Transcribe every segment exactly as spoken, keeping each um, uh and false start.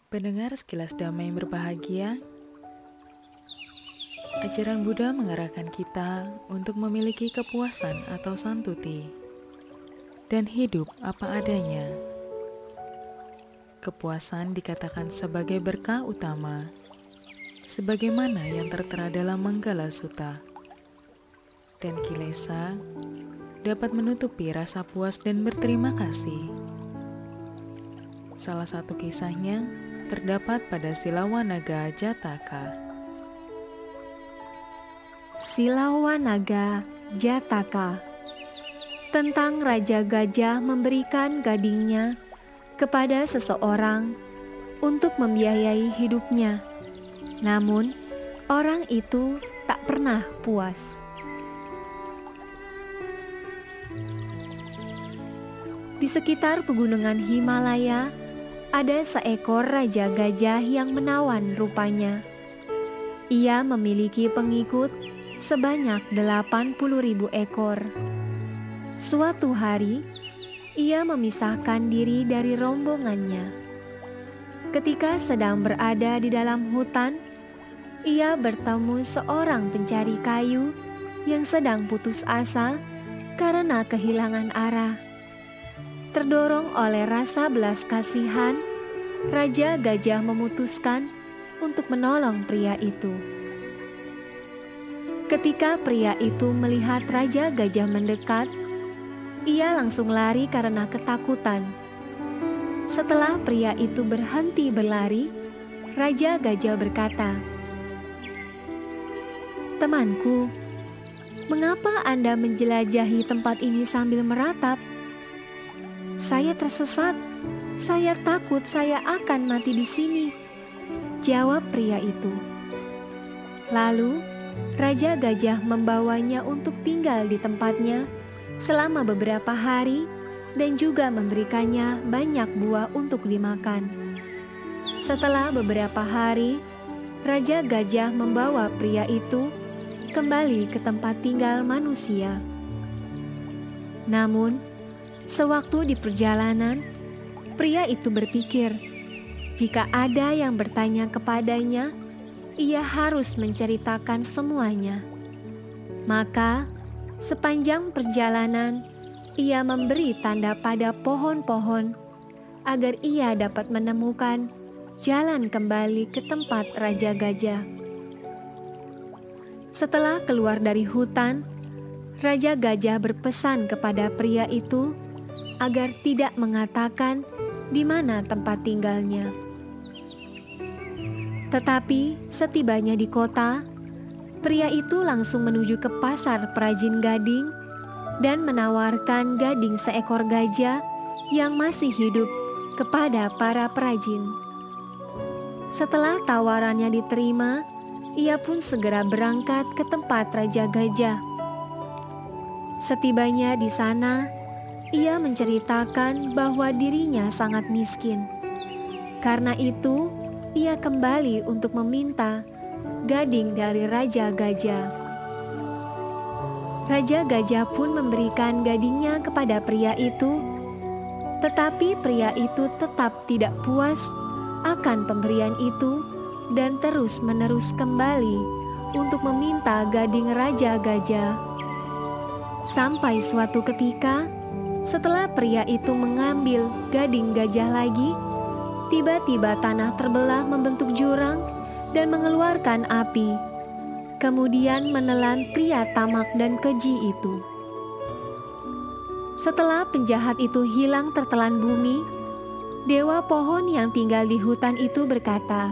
Pendengar sekilas damai yang berbahagia, ajaran Buddha mengarahkan kita untuk memiliki kepuasan atau santuti dan hidup apa adanya. Kepuasan dikatakan sebagai berkah utama, sebagaimana yang tertera dalam Manggala Sutta, dan kilesa dapat menutupi rasa puas dan berterima kasih. Salah satu kisahnya terdapat pada Silawanaga Jataka. Silawanaga Jataka, tentang Raja Gajah memberikan gadingnya kepada seseorang untuk membiayai hidupnya. Namun, orang itu tak pernah puas. Di sekitar pegunungan Himalaya, ada seekor raja gajah yang menawan rupanya. Ia memiliki pengikut sebanyak delapan puluh ribu ekor. Suatu hari, ia memisahkan diri dari rombongannya. Ketika sedang berada di dalam hutan, ia bertemu seorang pencari kayu yang sedang putus asa karena kehilangan arah. Terdorong oleh rasa belas kasihan, Raja Gajah memutuskan untuk menolong pria itu. Ketika pria itu melihat Raja Gajah mendekat, ia langsung lari karena ketakutan. Setelah pria itu berhenti berlari, Raja Gajah berkata, "Temanku, mengapa Anda menjelajahi tempat ini sambil meratap? Saya tersesat. Saya takut saya akan mati di sini," jawab pria itu. Lalu, Raja Gajah membawanya untuk tinggal di tempatnya selama beberapa hari dan juga memberikannya banyak buah untuk dimakan. Setelah beberapa hari, Raja Gajah membawa pria itu kembali ke tempat tinggal manusia. Namun, sewaktu di perjalanan, pria itu berpikir, jika ada yang bertanya kepadanya, ia harus menceritakan semuanya. Maka, sepanjang perjalanan, ia memberi tanda pada pohon-pohon agar ia dapat menemukan jalan kembali ke tempat Raja Gajah. Setelah keluar dari hutan, Raja Gajah berpesan kepada pria itu agar tidak mengatakan di mana tempat tinggalnya. Tetapi setibanya di kota, pria itu langsung menuju ke pasar perajin gading dan menawarkan gading seekor gajah yang masih hidup kepada para perajin. Setelah tawarannya diterima, ia pun segera berangkat ke tempat Raja Gajah. Setibanya di sana, ia menceritakan bahwa dirinya sangat miskin. Karena itu, ia kembali untuk meminta gading dari Raja Gajah. Raja Gajah pun memberikan gadingnya kepada pria itu, tetapi pria itu tetap tidak puas akan pemberian itu dan terus-menerus kembali untuk meminta gading Raja Gajah. Sampai suatu ketika, setelah pria itu mengambil gading gajah lagi, tiba-tiba tanah terbelah membentuk jurang dan mengeluarkan api, kemudian menelan pria tamak dan keji itu. Setelah penjahat itu hilang tertelan bumi, dewa pohon yang tinggal di hutan itu berkata,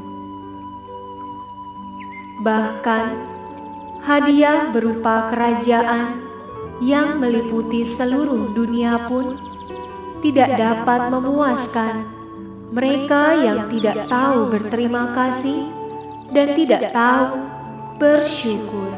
"Bahkan hadiah berupa kerajaan yang meliputi seluruh dunia pun tidak dapat memuaskan mereka yang tidak tahu berterima kasih dan tidak tahu bersyukur."